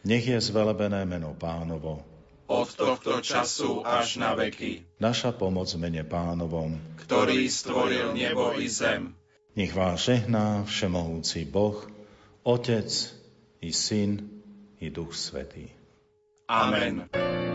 Nech je zvelebené meno Pánovo, od tohto času až na veky. Naša pomoc v mene Pánovom, ktorý stvoril nebo i zem. Nech vás žehná všemohúci Boh, Otec i Syn i Duch Svätý. Amen.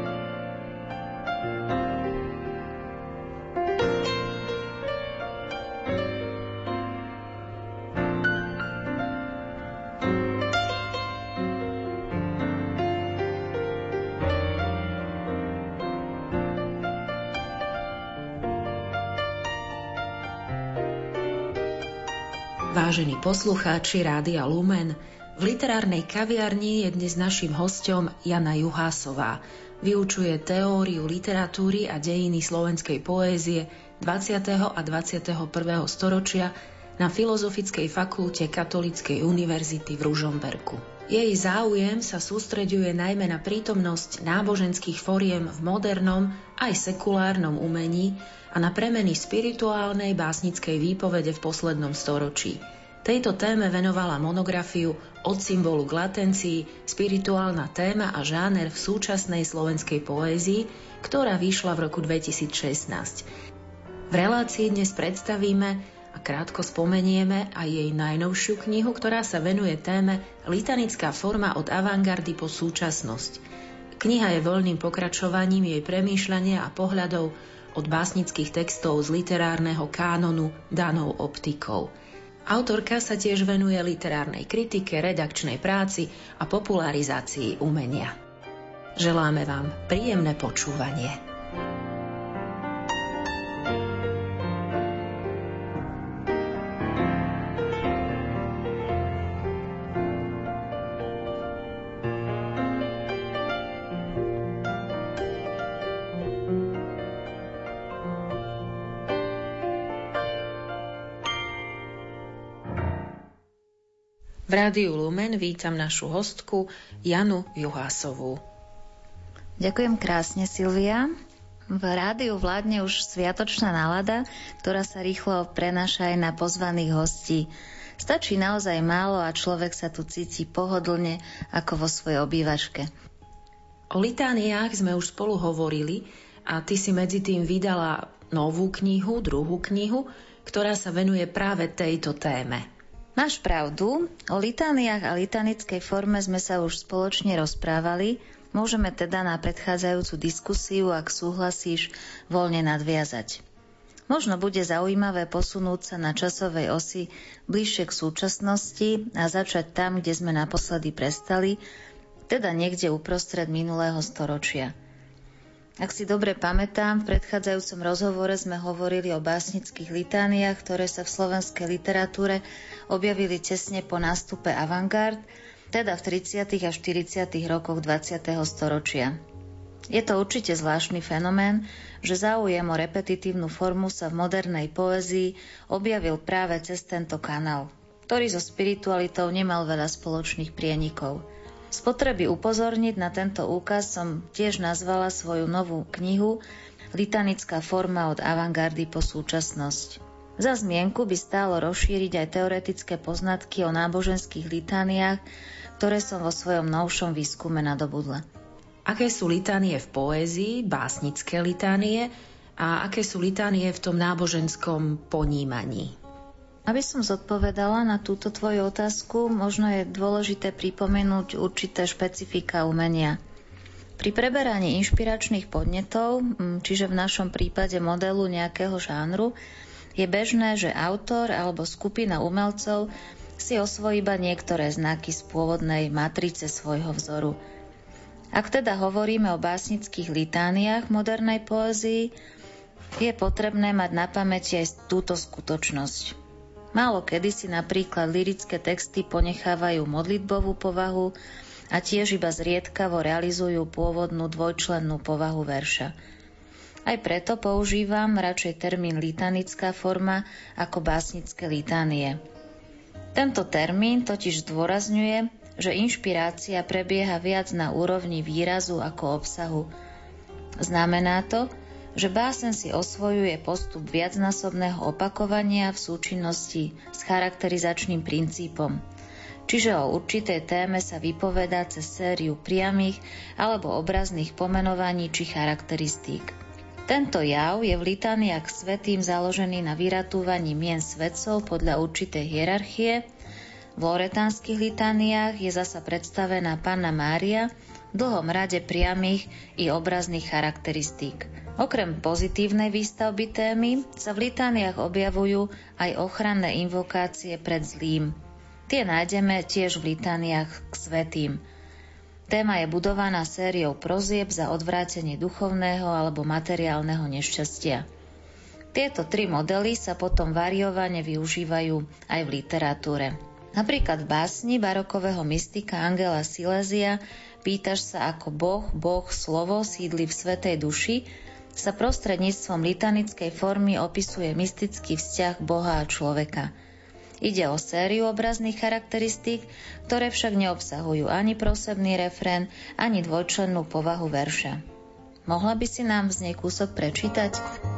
Vážení poslucháči Rádia Lumen, v literárnej kaviarni je dnes naším hosťom Jana Juhásová. Vyučuje teóriu literatúry a dejiny slovenskej poézie 20. a 21. storočia na Filozofickej fakulte Katolíckej univerzity v Ružomberku. Jej záujem sa sústreďuje najmä na prítomnosť náboženských foriem v modernom aj sekulárnom umení a na premeny spirituálnej básnickej výpovede v poslednom storočí. Tejto téme venovala monografiu Od symbolu k latencii, spirituálna téma a žáner v súčasnej slovenskej poézii, ktorá vyšla v roku 2016. V relácii dnes predstavíme a krátko spomenieme aj jej najnovšiu knihu, ktorá sa venuje téme Litanická forma od avantgardy po súčasnosť. Kniha je voľným pokračovaním jej premýšľania a pohľadov od básnických textov z literárneho kánonu danou optikou. Autorka sa tiež venuje literárnej kritike, redakčnej práci a popularizácii umenia. Želáme vám príjemné počúvanie. V Rádiu Lumen vítam našu hostku Janu Juhásovú. Ďakujem krásne, Silvia. V rádiu vládne už sviatočná nálada, ktorá sa rýchlo prenáša aj na pozvaných hostí. Stačí naozaj málo a človek sa tu cíti pohodlne ako vo svojej obývačke. O litániách sme už spolu hovorili a ty si medzi tým vydala novú knihu, druhú knihu, ktorá sa venuje práve tejto téme. Máš pravdu, o litániách a litanickej forme sme sa už spoločne rozprávali, môžeme teda na predchádzajúcu diskusiu, ak súhlasíš, voľne nadviazať. Možno bude zaujímavé posunúť sa na časovej osi bližšie k súčasnosti a začať tam, kde sme naposledy prestali, teda niekde uprostred minulého storočia. Ak si dobre pamätám, v predchádzajúcom rozhovore sme hovorili o básnických litániách, ktoré sa v slovenskej literatúre objavili tesne po nástupe avantgard, teda v 30. a 40. rokoch 20. storočia. Je to určite zvláštny fenomén, že záujem o repetitívnu formu sa v modernej poézii objavil práve cez tento kanál, ktorý so spiritualitou nemal veľa spoločných prienikov. Z potreby upozorniť na tento úkaz som tiež nazvala svoju novú knihu Litanická forma od avantgardy po súčasnosť. Za zmienku by stálo rozšíriť aj teoretické poznatky o náboženských litániách, ktoré som vo svojom novšom výskume nadobudla. Aké sú litánie v poézii, básnické litánie a aké sú litánie v tom náboženskom ponímaní? Aby som zodpovedala na túto tvoju otázku, možno je dôležité pripomenúť určité špecifika umenia. Pri preberaní inšpiračných podnetov, čiže v našom prípade modelu nejakého žánru, je bežné, že autor alebo skupina umelcov si osvojí iba niektoré znaky z pôvodnej matrice svojho vzoru. Ak teda hovoríme o básnických litániách modernej poézii, je potrebné mať na pamäti aj túto skutočnosť. Málo kedy si napríklad lyrické texty ponechávajú modlitbovú povahu a tiež iba zriedkavo realizujú pôvodnú dvojčlennú povahu verša. Aj preto používam radšej termín litanická forma ako básnické litánie. Tento termín totiž zdôrazňuje, že inšpirácia prebieha viac na úrovni výrazu ako obsahu. Znamená to, že báseň si osvojuje postup viacnásobného opakovania v súčinnosti s charakterizačným princípom. čiže o určitej téme sa vypovedá cez sériu priamych alebo obrazných pomenovaní či charakteristík. Tento jav je v litániách k svätým založený na vyratúvaní mien svätcov podľa určitej hierarchie. V loretánskych litániách je zasa predstavená Panna Mária v dlhom rade priamych i obrazných charakteristík. Okrem pozitívnej výstavby témy sa v litániách objavujú aj ochranné invokácie pred zlým. Tie nájdeme tiež v litániách k svätým. Téma je budovaná sériou prozieb za odvrátenie duchovného alebo materiálneho nešťastia. Tieto tri modely sa potom variovane využívajú aj v literatúre. Napríklad v básni barokového mystika Angela Silesia Pýtaš sa ako Boh, slovo sídli v svätej duši, sa prostredníctvom litanickej formy opisuje mystický vzťah Boha a človeka. Ide o sériu obrazných charakteristík, ktoré však neobsahujú ani prosebný refrén, ani dvojčlennú povahu verša. Mohla by si nám z nej kúsok prečítať?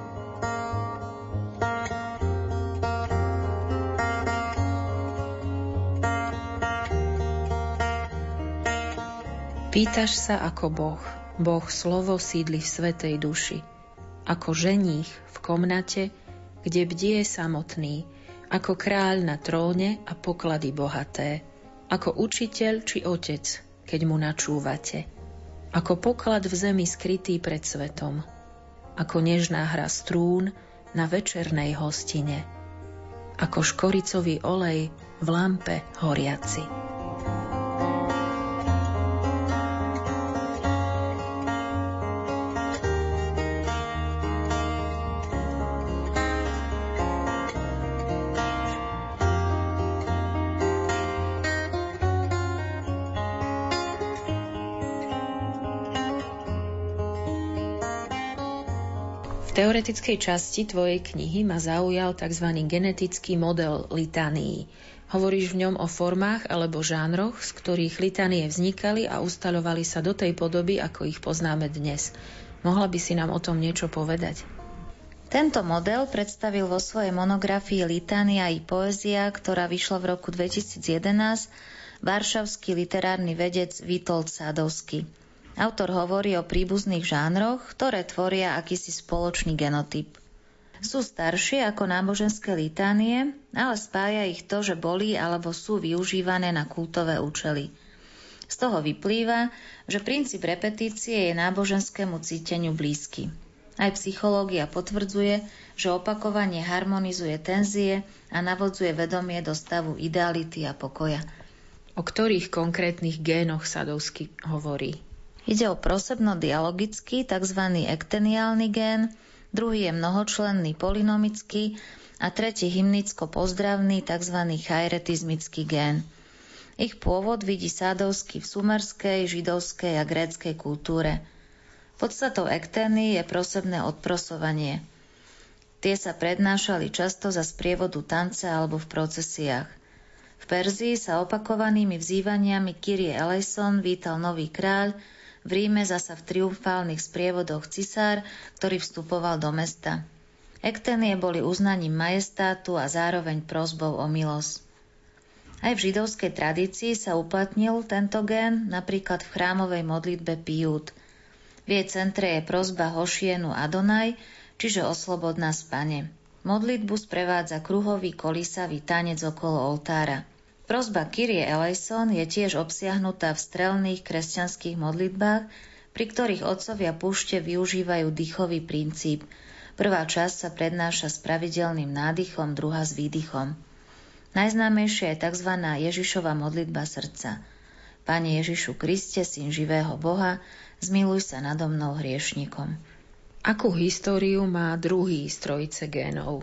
Pýtaš sa ako Boh slovo sídli v svätej duši, ako ženích v komnate, kde bdie samotný, ako kráľ na tróne a poklady bohaté, ako učiteľ či otec, keď mu načúvate, ako poklad v zemi skrytý pred svetom, ako nežná hra strún na večernej hostine, ako škoricový olej v lampe horiaci. V teoretickej časti tvojej knihy ma zaujal tzv. Genetický model litánií. Hovoríš v ňom o formách alebo žánroch, z ktorých litánie vznikali a ustaľovali sa do tej podoby, ako ich poznáme dnes. Mohla by si nám o tom niečo povedať? Tento model predstavil vo svojej monografii Litánia i poézia, ktorá vyšla v roku 2011, varšavský literárny vedec Witold Sadowski. Autor hovorí o príbuzných žánroch, ktoré tvoria akýsi spoločný genotyp. Sú staršie ako náboženské litánie, ale spája ich to, že boli alebo sú využívané na kultové účely. Z toho vyplýva, že princíp repetície je náboženskému cíteniu blízky. Aj psychológia potvrdzuje, že opakovanie harmonizuje tenzie a navodzuje vedomie do stavu ideality a pokoja. O ktorých konkrétnych génoch Sadowski hovorí? Ide o prosebno-dialogický, tzv. Ekteniálny gén, druhý je mnohočlenný polynomický a tretí hymnicko-pozdravný, tzv. Chairetizmický gén. Ich pôvod vidí Sadowski v sumerskej, židovskej a gréckej kultúre. Podstatou ektény je prosebné odprosovanie. Tie sa prednášali často za sprievodu tanca alebo v procesiách. V Perzii sa opakovanými vzývaniami Kyrie eleison vítal nový kráľ, v Ríme zasa v triumfálnych sprievodoch cisár, ktorý vstupoval do mesta. Ekténie boli uznaním majestátu a zároveň prosbou o milosť. Aj v židovskej tradícii sa uplatnil tento gén, napríklad v chrámovej modlitbe Pijút. V jej centre je prosba Hošienu Adonaj, čiže oslobod nás, Pane. Modlitbu sprevádza kruhový kolísavý tanec okolo oltára. Prosba Kyrie eleison je tiež obsiahnutá v strelných kresťanských modlitbách, pri ktorých otcovia púšte využívajú dýchový princíp. Prvá časť sa prednáša s pravidelným nádychom, druhá s výdychom. Najznámejšia je tzv. Ježišova modlitba srdca. Pane Ježišu Kriste, Syn živého Boha, zmiluj sa nado mnou hriešnikom. Akú históriu má druhý z trojice génov?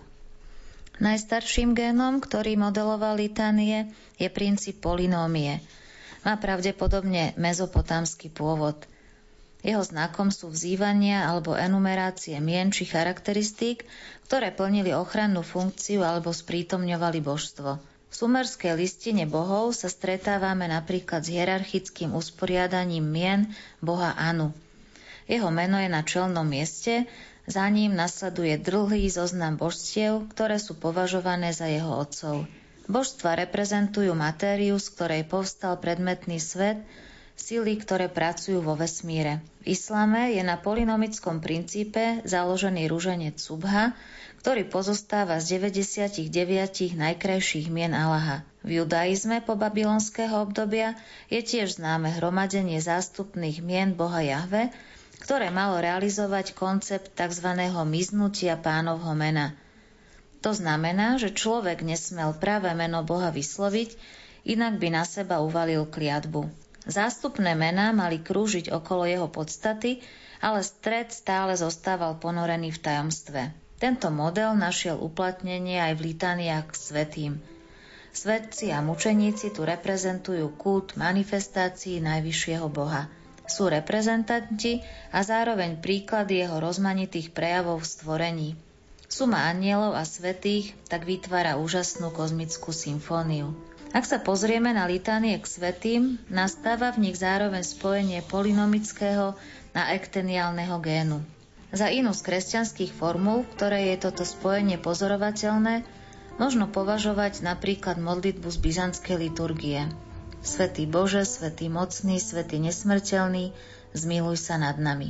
Najstarším génom, ktorý modeloval litánie, je princíp polynómie. Má pravdepodobne mezopotámsky pôvod. Jeho znakom sú vzývania alebo enumerácie mien či charakteristík, ktoré plnili ochrannú funkciu alebo sprítomňovali božstvo. V sumerskej listine bohov sa stretávame napríklad s hierarchickým usporiadaním mien boha Anu. Jeho meno je na čelnom mieste, za ním nasleduje dlhý zoznam božstiev, ktoré sú považované za jeho otcov. Božstva reprezentujú matériu, z ktorej povstal predmetný svet, sily, ktoré pracujú vo vesmíre. V islame je na polynomickom princípe založený ruženec Subha, ktorý pozostáva z 99 najkrajších mien Allaha. V judaizme po babylonského obdobia je tiež známe hromadenie zástupných mien Boha Jahve, ktoré malo realizovať koncept tzv. Miznutia Pánovho mena. To znamená, že človek nesmel práve meno Boha vysloviť, inak by na seba uvalil kliatbu. Zástupné mená mali krúžiť okolo jeho podstaty, ale stred stále zostával ponorený v tajomstve. Tento model našiel uplatnenie aj v litaniách k svätým. Svetci a mučeníci tu reprezentujú kult manifestácií najvyššieho Boha. Sú reprezentanti a zároveň príklady jeho rozmanitých prejavov v stvorení. Suma anjelov a svätých tak vytvára úžasnú kozmickú symfóniu. Ak sa pozrieme na litánie k svätým, nastáva v nich zároveň spojenie polynomického a ekteniálneho génu. Za inú z kresťanských formúl, v ktorej je toto spojenie pozorovateľné, možno považovať napríklad modlitbu z byzantskej liturgie. Svätý Bože, svätý mocný, svätý nesmrteľný, zmiluj sa nad nami.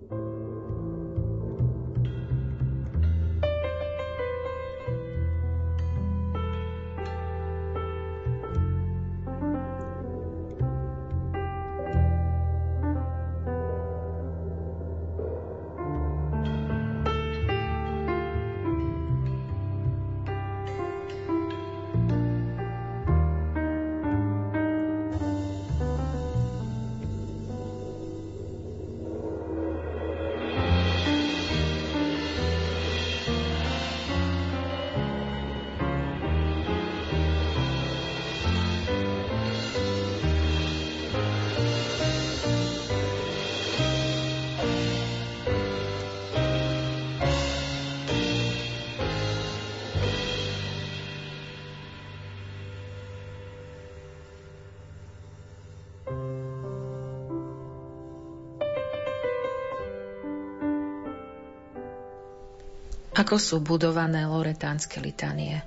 Ako sú budované loretánske litánie?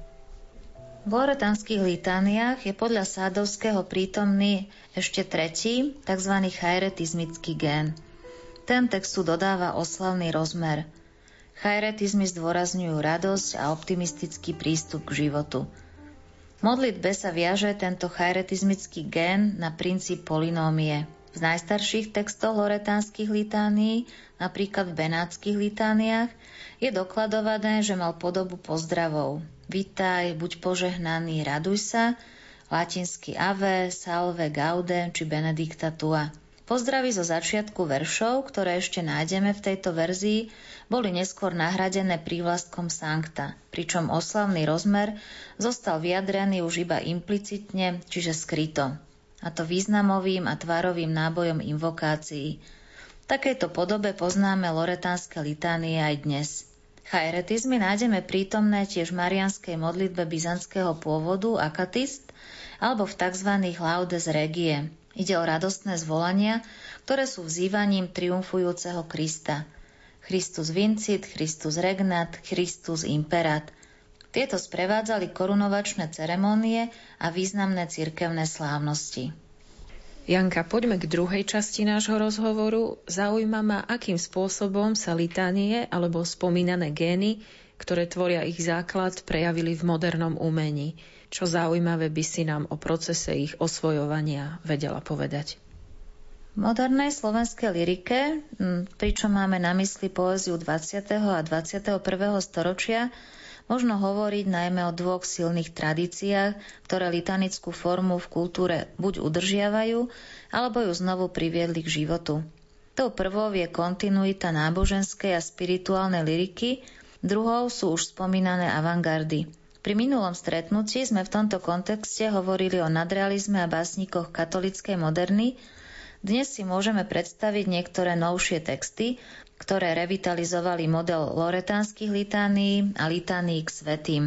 V loretánskych litániách je podľa Sádovského prítomný ešte tretí, tzv. Chajretizmický gén. Ten textu dodáva oslavný rozmer. Chajretizmy zdôrazňujú radosť a optimistický prístup k životu. V modlitbe sa viaže tento chajretizmický gén na princíp polynómie. V najstarších textoch loretánskych litánií, napríklad v benátskych litániách, je dokladované, že mal podobu pozdravov. Vitaj, buď požehnaný, raduj sa, latinsky ave, salve, gaude či benedicta tua. Pozdravy zo začiatku veršov, ktoré ešte nájdeme v tejto verzii, boli neskôr nahradené prívlastkom sancta, pričom oslavný rozmer zostal vyjadrený už iba implicitne, čiže skryto, a to významovým a tvárovým nábojom invokácií. V takejto podobe poznáme loretánske litánie aj dnes. Chajretizmy nájdeme prítomné tiež v marianskej modlitbe byzantského pôvodu akatist alebo v tzv. Laudes regie. Ide o radostné zvolania, ktoré sú vzývaním triumfujúceho Krista. Christus vincit, Christus regnat, Christus imperat. Tieto sprevádzali korunovačné ceremónie a významné cirkevné slávnosti. Janka, poďme k druhej časti nášho rozhovoru. Zaujíma ma, akým spôsobom sa litánie alebo spomínané gény, ktoré tvoria ich základ, prejavili v modernom umení. Čo zaujímavé by si nám o procese ich osvojovania vedela povedať? V modernej slovenskej lyrike, pričom máme na mysli poéziu 20. a 21. storočia, možno hovoriť najmä o dvoch silných tradíciách, ktoré litanickú formu v kultúre buď udržiavajú, alebo ju znovu priviedli k životu. Tou prvou je kontinuita náboženskej a spirituálnej lyriky, druhou sú už spomínané avantgardy. Pri minulom stretnutí sme v tomto kontexte hovorili o nadrealizme a básnikoch katolíckej moderny. Dnes si môžeme predstaviť niektoré novšie texty, ktoré revitalizovali model loretánskych litánií a litánií k svätým.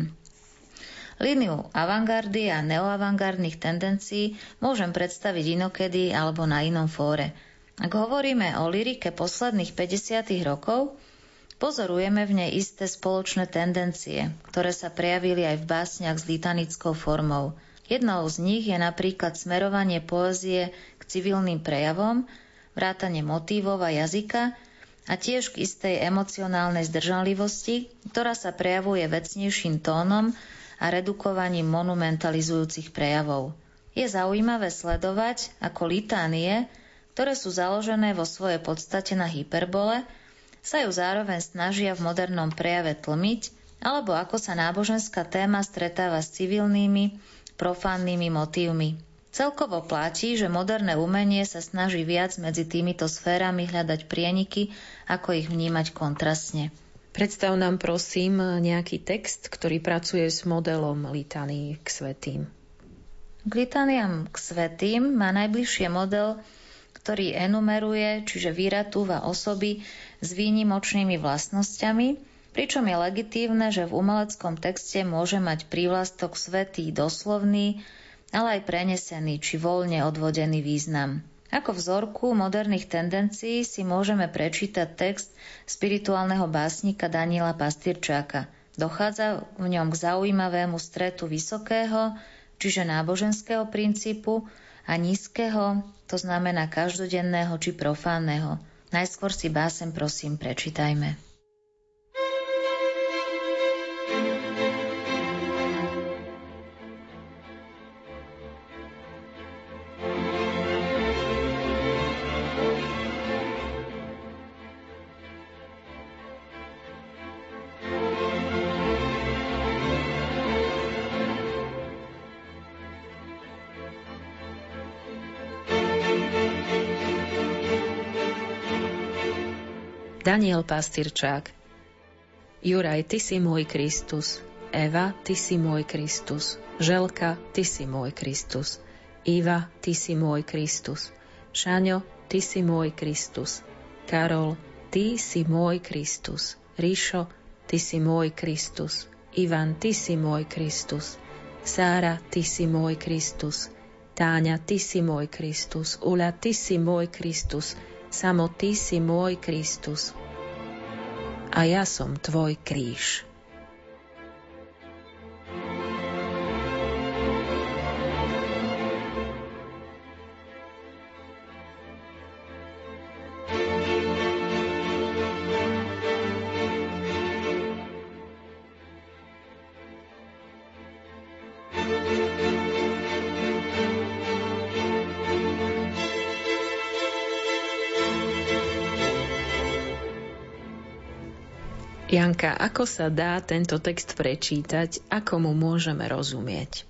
Líniu avantgardy a neoavantgardných tendencií môžem predstaviť inokedy alebo na inom fóre. Ak hovoríme o lyrike posledných 50. rokov, Pozorujeme v nej isté spoločné tendencie, ktoré sa prejavili aj v básniach s litanickou formou. Jednou z nich je napríklad smerovanie poézie k civilným prejavom, vrátanie motívov a jazyka a tiež k istej emocionálnej zdržanlivosti, ktorá sa prejavuje vecnejším tónom a redukovaním monumentalizujúcich prejavov. Je zaujímavé sledovať, ako litánie, ktoré sú založené vo svojej podstate na hyperbole, sa ju zároveň snažia v modernom prejave tlmiť, alebo ako sa náboženská téma stretáva s civilnými, profánnymi motívmi. Celkovo platí, že moderné umenie sa snaží viac medzi týmito sférami hľadať prieniky, ako ich vnímať kontrastne. Predstav nám prosím nejaký text, ktorý pracuje s modelom litánií k svätým. K litániám k svätým má najbližšie model, ktorý enumeruje, čiže vyratúva osoby s výnimočnými vlastnosťami, pričom je legitívne, že v umeleckom texte môže mať prívlastok svätý doslovný, ale aj prenesený či voľne odvodený význam. Ako vzorku moderných tendencií si môžeme prečítať text spirituálneho básnika Daniela Pastýrčáka. Dochádza v ňom k zaujímavému stretu vysokého, čiže náboženského princípu, a nízkeho, to znamená každodenného či profánneho. Najskôr si básem prosím prečítajme. Daniel Pastýrčák. Juraj, ty si môj Kristus. Eva, ty si môj Kristus. Želka, ty si môj Kristus. Iva, ty si môj Kristus. Šaňo, ty si môj Kristus. Karol, ty si môj Kristus. Ríšo, ty si môj Kristus. Ivan, ty si môj Kristus. Sára, ty si môj Kristus. Táňa, ty si môj Kristus. Uľa, ty si môj Kristus. Samo ty si môj Kristus. A ja som tvoj kríž. Janka, ako sa dá tento text prečítať? Ako mu môžeme rozumieť?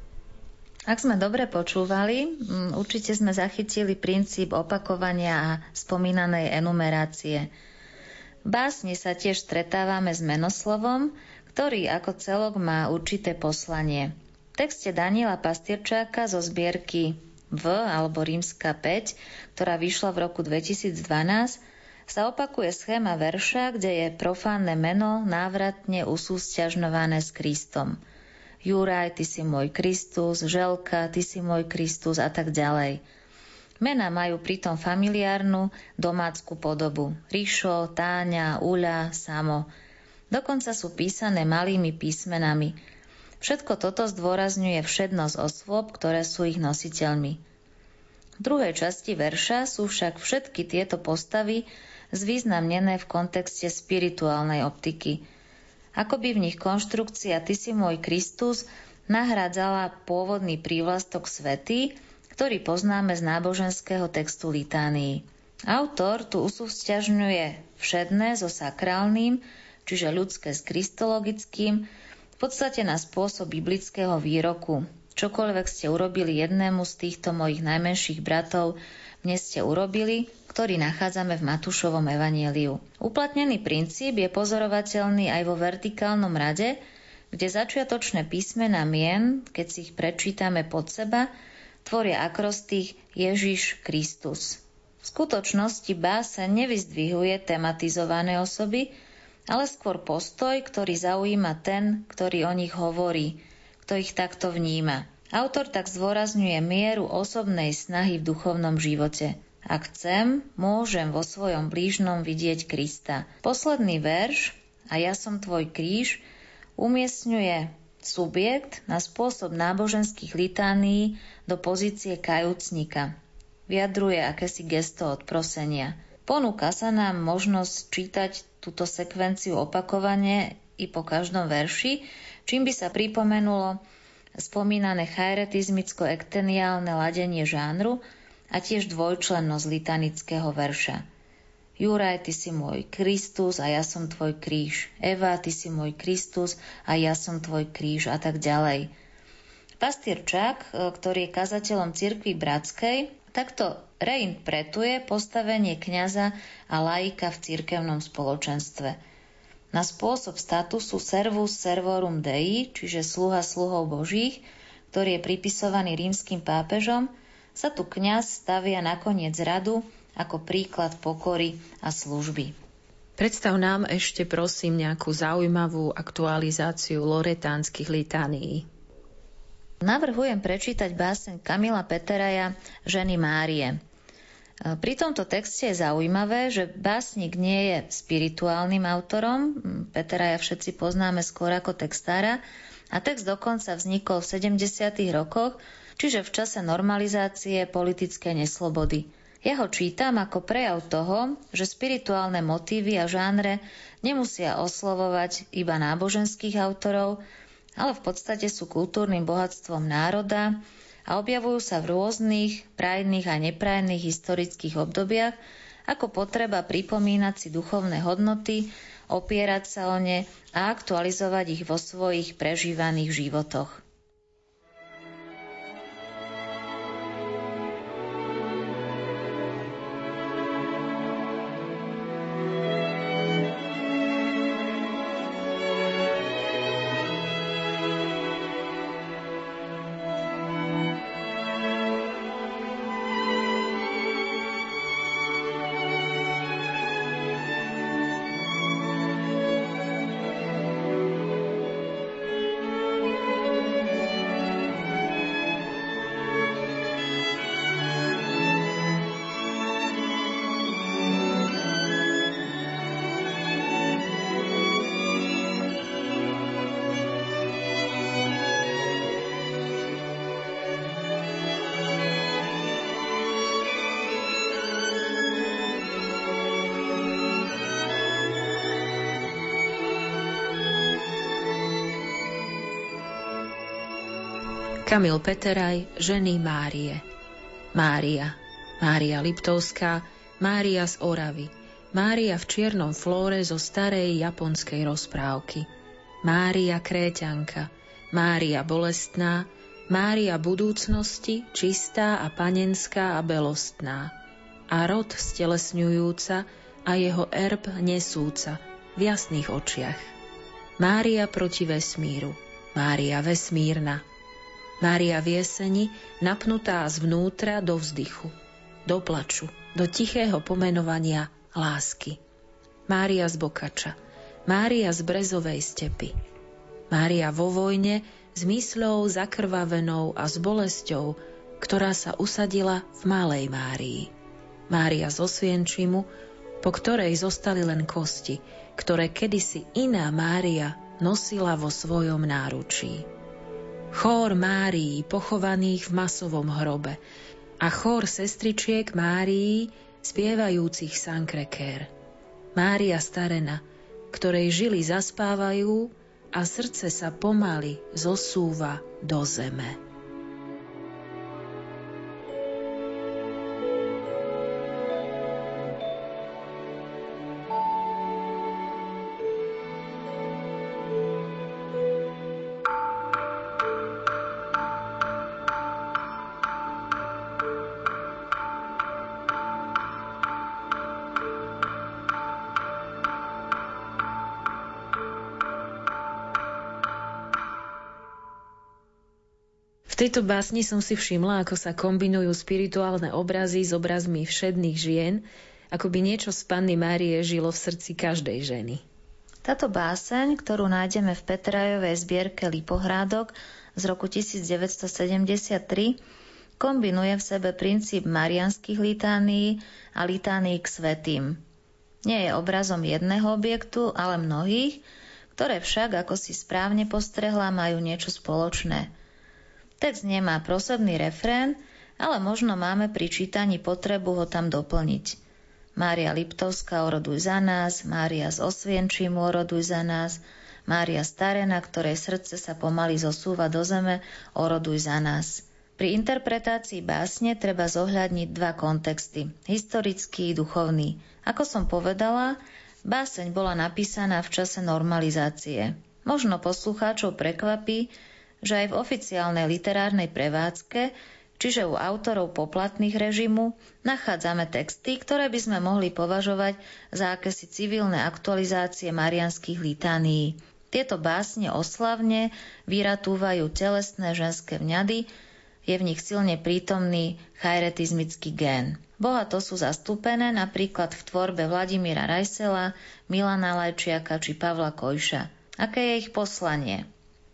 Ak sme dobre počúvali, určite sme zachytili princíp opakovania a spomínanej enumerácie. V básni sa tiež stretávame s menoslovom, ktorý ako celok má určité poslanie. V texte Daniela Pastýrčáka zo zbierky V alebo Rímska 5, ktorá vyšla v roku 2012, sa opakuje schéma verša, kde je profánne meno návratne usúsťažňované s Kristom. Juraj, ty si môj Kristus, Želka, ty si môj Kristus a tak ďalej. Mená majú pritom familiárnu domácku podobu. Ríšo, Táňa, Uľa, Samo. Dokonca sú písané malými písmenami. Všetko toto zdôrazňuje všednosť osôb, ktoré sú ich nositeľmi. V druhej časti verša sú však všetky tieto postavy zvýznamnené v kontexte spirituálnej optiky. Akoby v nich konštrukcia Ty si môj Kristus nahrádzala pôvodný prívlastok svätý, ktorý poznáme z náboženského textu litánií. Autor tu usúsťažňuje všedné so sakrálnym, čiže ľudské s kristologickým, v podstate na spôsob biblického výroku. Čokoľvek ste urobili jednému z týchto mojich najmenších bratov, mne ste urobili, ktorý nachádzame v Matúšovom evanjeliu. Uplatnený princíp je pozorovateľný aj vo vertikálnom rade, kde začiatočné písmená mien, keď si ich prečítame pod seba, tvoria akrostých Ježiš Kristus. V skutočnosti báseň nevyzdvihuje tematizované osoby, ale skôr postoj, ktorý zaujíma ten, ktorý o nich hovorí, kto ich takto vníma. Autor tak zdôrazňuje mieru osobnej snahy v duchovnom živote. Ak chcem, môžem vo svojom blížnom vidieť Krista. Posledný verš, a ja som tvoj kríž, umiestňuje subjekt na spôsob náboženských litánií do pozície kajúcnika. Vyjadruje akési gesto odprosenia. Ponúka sa nám možnosť čítať túto sekvenciu opakovane i po každom verši, čím by sa pripomenulo spomínané chaeretizmicko-ekteniálne ladenie žánru a tiež dvojčlennosť litanického verša. Juraj, ty si môj Kristus a ja som tvoj kríž. Eva, ty si môj Kristus a ja som tvoj kríž a tak ďalej. Pastier Čák, ktorý je kazateľom cirkvi bratskej, takto reinterpretuje postavenie kňaza a laika v cirkevnom spoločenstve. Na spôsob statusu servus servorum Dei, čiže sluha sluhov božích, ktorý je pripisovaný rímskym pápežom, sa tu kňaz stavia nakoniec radu ako príklad pokory a služby. Predstav nám ešte prosím nejakú zaujímavú aktualizáciu loretánskych litánií. Navrhujem prečítať báseň Kamila Peteraja Ženy Márie. Pri tomto texte je zaujímavé, že básnik nie je spirituálnym autorom, Peteraja všetci poznáme skôr ako textára, a text dokonca vznikol v 70. rokoch, čiže v čase normalizácie politickej neslobody. Ja ho čítam ako prejav toho, že spirituálne motívy a žánre nemusia oslovovať iba náboženských autorov, ale v podstate sú kultúrnym bohatstvom národa a objavujú sa v rôznych prajných a neprajných historických obdobiach ako potreba pripomínať si duchovné hodnoty, opierať sa o ne a aktualizovať ich vo svojich prežívaných životoch. Kamil Peteraj, Ženy Márie. Mária, Mária Liptovská, Mária z Oravy, Mária v čiernom flóre zo starej japonskej rozprávky, Mária Kréťanka, Mária bolestná, Mária budúcnosti, čistá a panenská a belostná, a rod stelesňujúca a jeho erb nesúca v jasných očiach. Mária proti vesmíru, Mária vesmírna, Mária v jeseni, napnutá zvnútra do vzdychu, do plaču, do tichého pomenovania lásky. Mária z Bokača, Mária z Brezovej stepy, Mária vo vojne s mysľou zakrvavenou a s bolesťou, ktorá sa usadila v Malej Márii. Mária z Osvienčimu, po ktorej zostali len kosti, ktoré kedysi iná Mária nosila vo svojom náručí. Chór Márií pochovaných v masovom hrobe a chór sestričiek Márií spievajúcich Sankrekér. Mária starena, ktorej žily zaspávajú a srdce sa pomaly zosúva do zeme. V tejto básni som si všimla, ako sa kombinujú spirituálne obrazy s obrazmi všedných žien, ako by niečo z Panny Márie žilo v srdci každej ženy. Táto báseň, ktorú nájdeme v Peterajovej zbierke Lipohrádok z roku 1973, Kombinuje v sebe princíp mariánskych litánií a litánií k svätým. Nie je obrazom jedného objektu, ale mnohých, ktoré však, ako si správne postrehla, majú niečo spoločné. Text nemá prosebný refrén, ale možno máme pri čítaní potrebu ho tam doplniť. Mária Liptovská, oroduj za nás, Mária z Osvienčimu, oroduj za nás, Mária Starena, ktorej srdce sa pomaly zosúva do zeme, oroduj za nás. Pri interpretácii básne treba zohľadniť dva kontexty, historický i duchovný. Ako som povedala, báseň bola napísaná v čase normalizácie. Možno poslucháčov prekvapí, že aj v oficiálnej literárnej prevádzke, čiže u autorov poplatných režimu, nachádzame texty, ktoré by sme mohli považovať za akési civilné aktualizácie mariánskych litánií. Tieto básne oslavne vyratúvajú telesné ženské vňady, je v nich silne prítomný chajretizmický gén. Bohato sú zastúpené napríklad v tvorbe Vladimíra Rajsela, Milana Lajčiaka či Pavla Kojša. Aké je ich poslanie?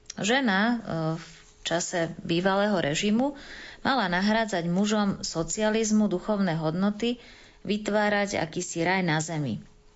Žena v čase bývalého režimu mala nahrádzať mužom socializmu duchovné hodnoty, vytvárať akýsi raj na zemi.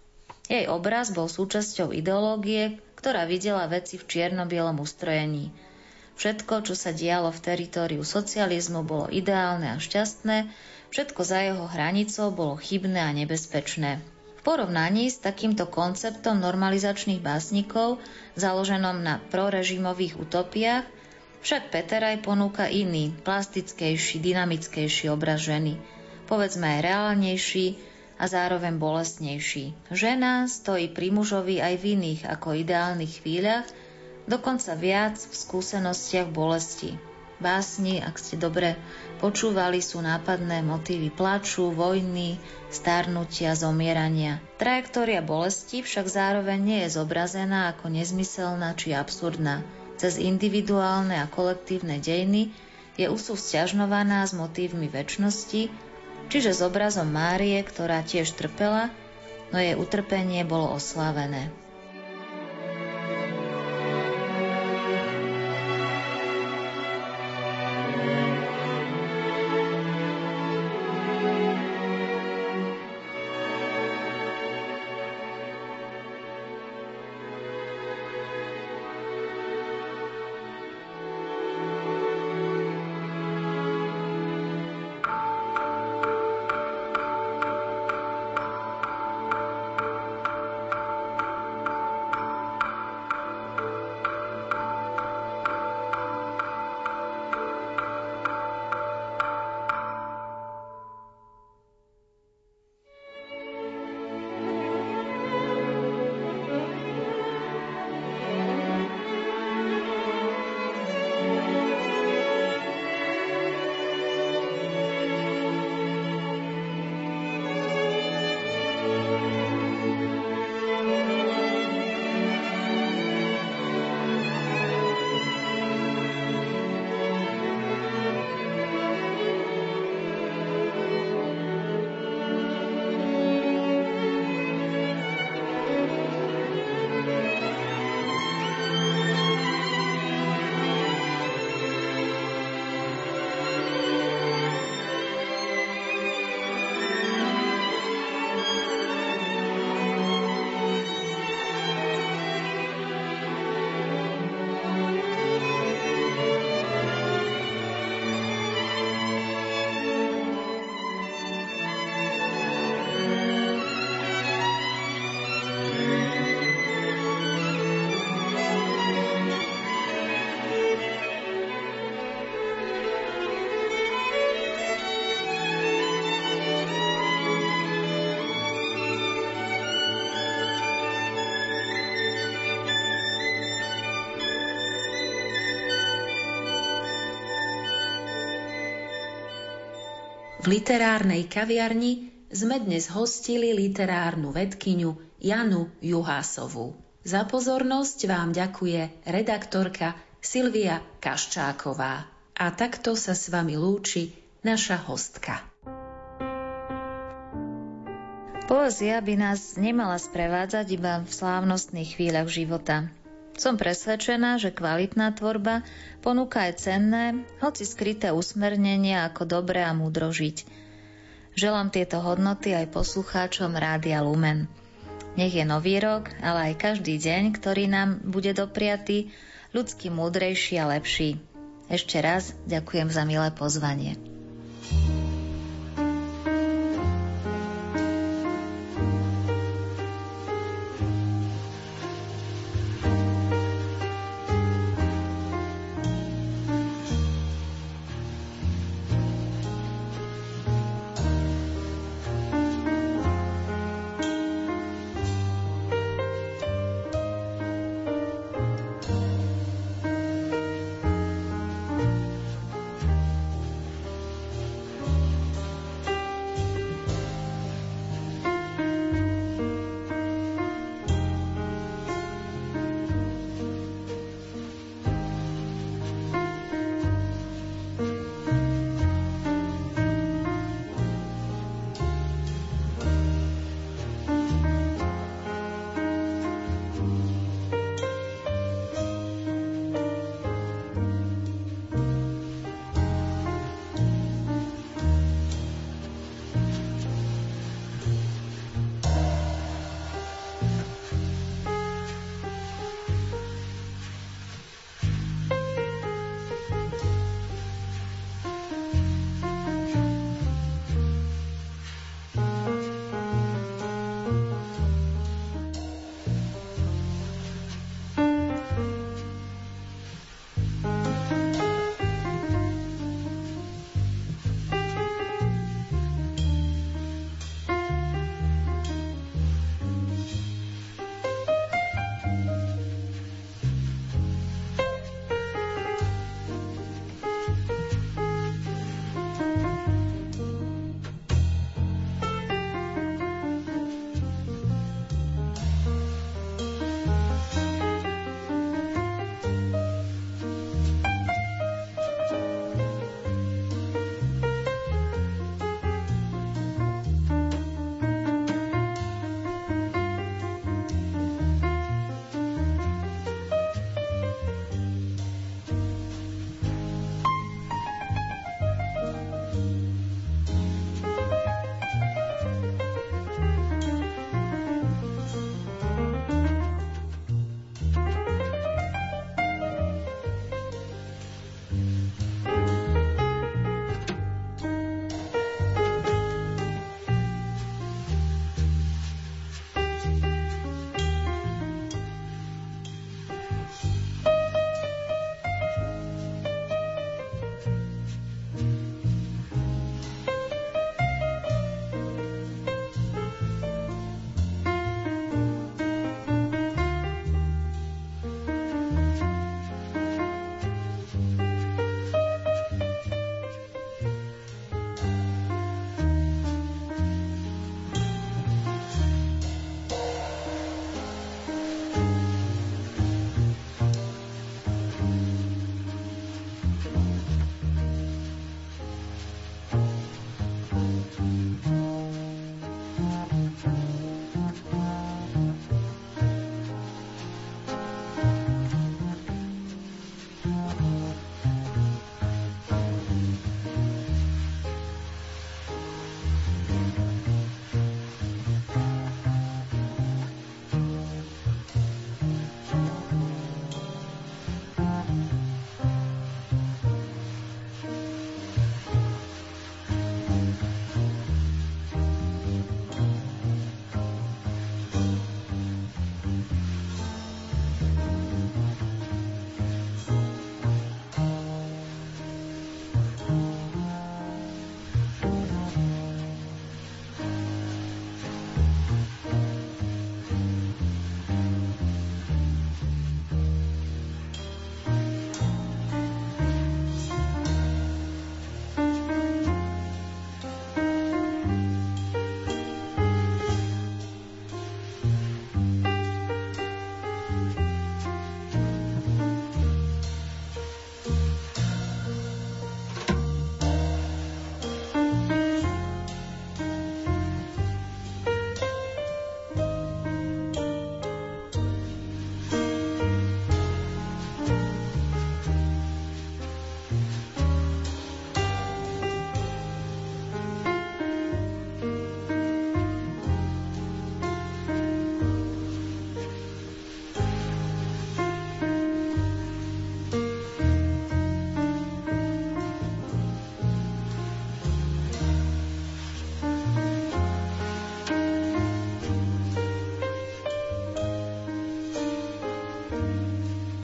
Jej obraz bol súčasťou ideológie, ktorá videla veci v čierno-bielom ustrojení. Všetko, čo sa dialo v teritóriu socializmu, bolo ideálne a šťastné, všetko za jeho hranicou bolo chybné a nebezpečné. V porovnaní s takýmto konceptom normalizačných básnikov, založenom na prorežimových utopiách, však Peteraj ponúka iný, plastickejší, dynamickejší obraz ženy, povedzme aj reálnejší a zároveň bolestnejší. Žena stojí pri mužovi aj v iných ako ideálnych chvíľach, dokonca viac v skúsenostiach bolesti. Básni, ak ste dobre počúvali, sú nápadné motívy plaču, vojny, starnutia, zomierania. Trajektória bolesti však zároveň nie je zobrazená ako nezmyselná či absurdná. Cez individuálne a kolektívne dejiny je usúvzťažňovaná s motívmi večnosti, čiže s obrazom Márie, ktorá tiež trpela, no jej utrpenie bolo oslávené. V literárnej kaviarni sme dnes hostili literárnu vedkyňu Janu Juhásovú. Za pozornosť vám ďakuje redaktorka Silvia Kaščáková. A takto sa s vami lúči naša hostka. Poézia by nás nemala sprevádzať iba v slávnostných chvíľach života. Som presvedčená, že kvalitná tvorba ponúka aj cenné, hoci skryté usmernenia, ako dobre a múdro žiť. Želám tieto hodnoty aj poslucháčom Rádia Lumen. Nech je nový rok, ale aj každý deň, ktorý nám bude dopriatý, ľudsky múdrejší a lepší. Ešte raz ďakujem za milé pozvanie.